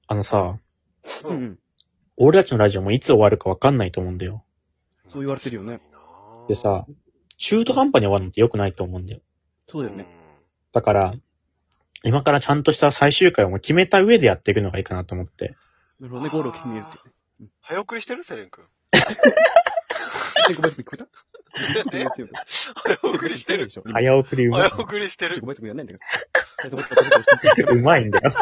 あのさ、 うんうん。 俺たちのラジオもいつ終わるかわかんないと思うんだよ。 そう言われてるよね。 でさ、中途半端に終わるのって良くないと思うんだよ。 そうだよね。 だから、今からちゃんとした最終回をもう決めた上でやっていくのがいいかなと思って。 なるほどね、ゴールを決めるっていうね。 早送りしてるセレン君。 ごめん、聞こえた早送りしてる。 早送りうまい。 早送りしてる。 ごめん、やんないんだけど。 うまいんだよ。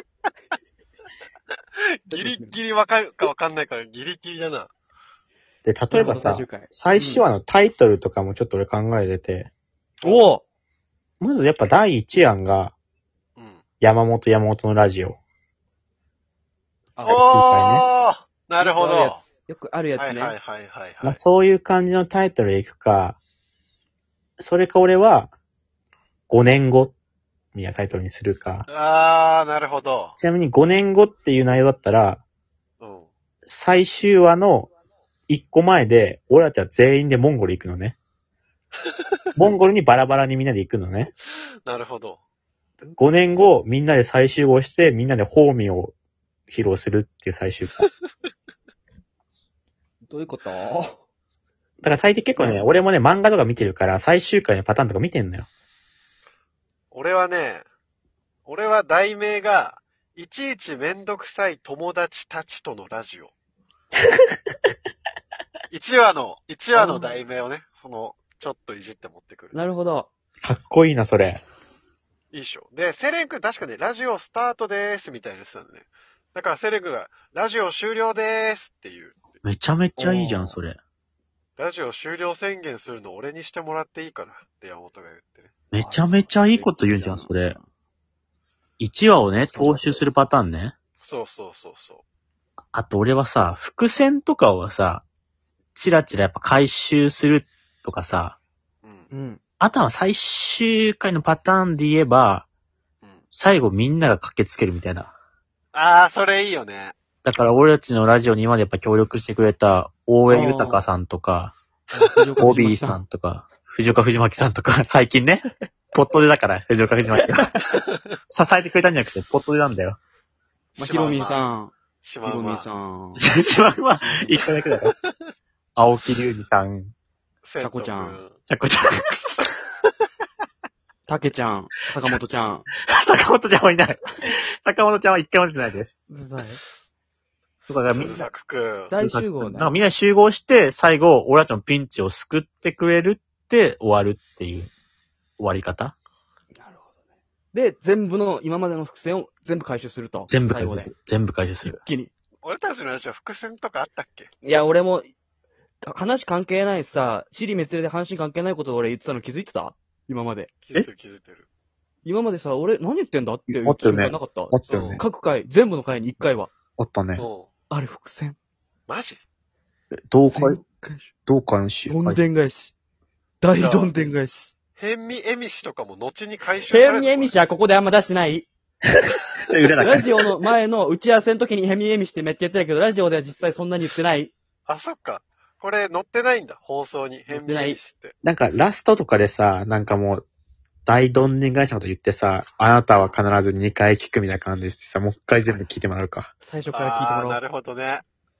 ギリギリわかるかわかんないからギリギリだな。 で、例えばさ、最終話のタイトルとかもちょっと俺考えてて、 おぉまずやっぱ第一案が、 うん。 山本のラジオ。 おーなるほど。 よくあるやつね。 はいはいはいはい、 まあそういう感じのタイトルでいくか、それか俺は、5年後、みたいなタイトルにするか。 なるほど。 ちなみに5年後っていう内容だったら、 うん。 最終話の1個前で、俺たちは全員でモンゴル行くのね。モンゴルにバラバラにみんなで行くのね。 なるほど。 5年後、みんなで再集合して、みんなでホーミーを披露するっていう最終回。 どういうことだから最低結構ね、俺もね、漫画とか見てるから、最終回のパターンとか見てんのよ。 俺は題名が、いちいちめんどくさい友達たちとのラジオ。1話の題名をね、ちょっといじって持ってくる。 なるほど。 かっこいいな、それ。 いいっしょ。で、セレン君確かね、ラジオスタートでーすみたいなやつなんだね。だからセレン君が、ラジオ終了でーすっていう。 めちゃめちゃいいじゃん、それ。 ラジオ終了宣言するの俺にしてもらっていいかなって山本が言ってね。 めちゃめちゃいいこと言うんじゃん、それ。1話をね、踏襲するパターンね。 そうそうそうそあと俺はさ、伏線とかをさ、チラチラやっぱ回収するとかさ、 う。うん。 うん。 あとは最終回のパターンで言えば、 うん。 最後みんなが駆けつけるみたいな。 それいいよね。 だから俺たちのラジオに今までやっぱ協力してくれた、大江豊さんとか、オビーさんとか、藤岡藤巻さんとか、最近ね、ポットでだから、藤岡藤巻が。支えてくれたんじゃなくて、ポットでなんだよ。 ヒロミンさん。ヒしまうま。 ロミンさん。 一番は、一個だけだろ。青木隆二さん、 ちゃこちゃん。 ちゃこちゃん、 たけちゃん。坂本ちゃん。 坂本ちゃんはいない。坂本ちゃんは一回も出てないです。とかがみんな、 ザク君。 大集合だ。 なんかみんな集合して、最後、俺たちのピンチを救ってくれるって終わるっていう終わり方。 なるほどね。で、全部の今までの伏線を全部回収すると。 全部回収する。全部回収する。 一気に。 俺たちの話は伏線とかあったっけ？ いや、俺も、話関係ないさ、尻滅裂で阪神関係ないことを俺言ってたの気づいてた今まで。 気づいてる気づいてる。 今までさ、俺何言ってんだっていう瞬間なかった。 あったよね。 各回、全部の回に1回は。 あったね。 もあれ伏線。 マジ？ どう全回収どんでん返し。大どんでん返し。 ヘンミエミシとかも後に回収されるの。 ヘミエミシはここであんま出してない。ラジオの前の打ち合わせの時にヘミエミシってめっちゃ言ってたけど、ラジオでは実際そんなに言ってない。 そっか。これ載ってないんだ、放送に。ヘンミエミシって。 なんかラストとかでさ、なんかもう、大どんでん返しのこと言ってさ、あなたは必ず2回聞くみたいな感じでしてさ、もう一回全部聞いてもらうか。 最初から聞いてもらおう。 なるほどね。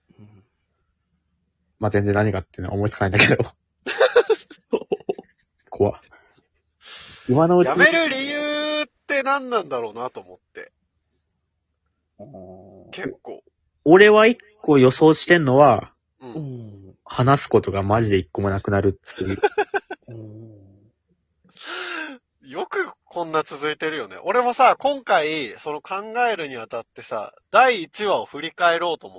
まあ、全然何がっていうのは思いつかないんだけど。怖っ。今のうちやめる理由って何なんだろうなと思って。結構。 俺は一個予想してんのは、 うん。 話すことがマジで一個もなくなるっていう。 よくこんな続いてるよね。俺もさ、今回、その考えるにあたってさ、第1話を振り返ろうと思って、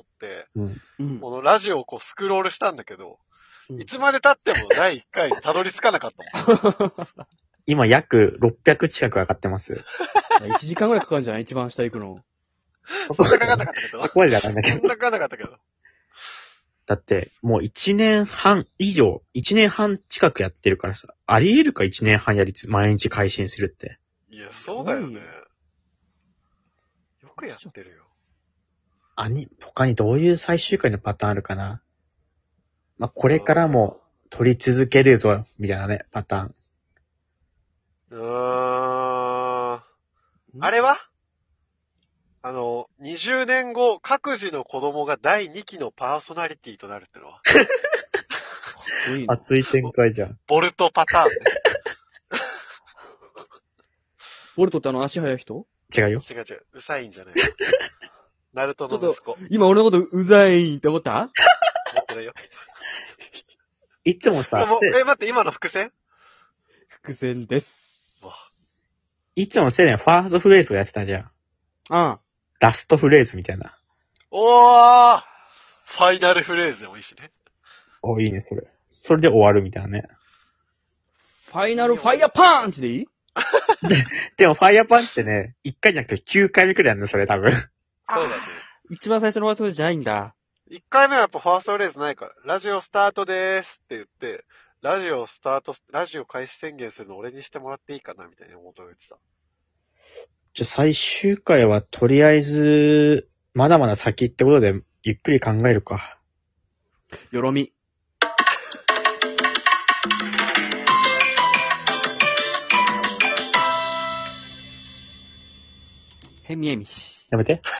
うん。 このラジオをこうスクロールしたんだけど、 うんいつまで経っても第1回にたどり着かなかったもん。 今約600近く上がってます。 1時間ぐらいかかるんじゃない一番下行くの。 そんなかかんなかったけど。 そこまで上がんなきゃそんなかかんなかったけど。 だって、もう1年半以上、1年半近くやってるからさ、あり得るか1年半毎日配信するって。 いや、そうだよねすごいよ。 よくやってるよ。 他にどういう最終回のパターンあるかな。まあ、これからも撮り続けるぞ、みたいなね、パターン。 あれは 20年後、各自の子供が第2期のパーソナリティとなるってのは。 いいね。 熱い展開じゃん。 ボルトパターンね。 ボルトって足速い人？ 違うよ。 違う違う。うさいんじゃない。ナルトの息子。 今俺のことうざいんって思った？ 思ってないよ。 いつもさ、 待って、今の伏線？ 伏線です。 わいつもセレンファーストフレーズをやってたじゃん。 あラストフレーズみたいな。 おーファイナルフレーズでもいいしね。 お、いいね、それ。それで終わるみたいなね。 ファイナルファイヤーパンチでいい？ でも、ファイヤーパンチってね、1回じゃなくて9回目くらいやるの、それ多分。 そうだね。 一番最初のファーストフレーズじゃないんだ。 1回目はやっぱファーストフレーズないから、ラジオスタートでーすって言って、ラジオ開始宣言するの俺にしてもらっていいかなみたいに思ってた。 最終回はとりあえず、まだまだ先ってことで、ゆっくり考えるか。 よろみ。へみえみし。 やめて。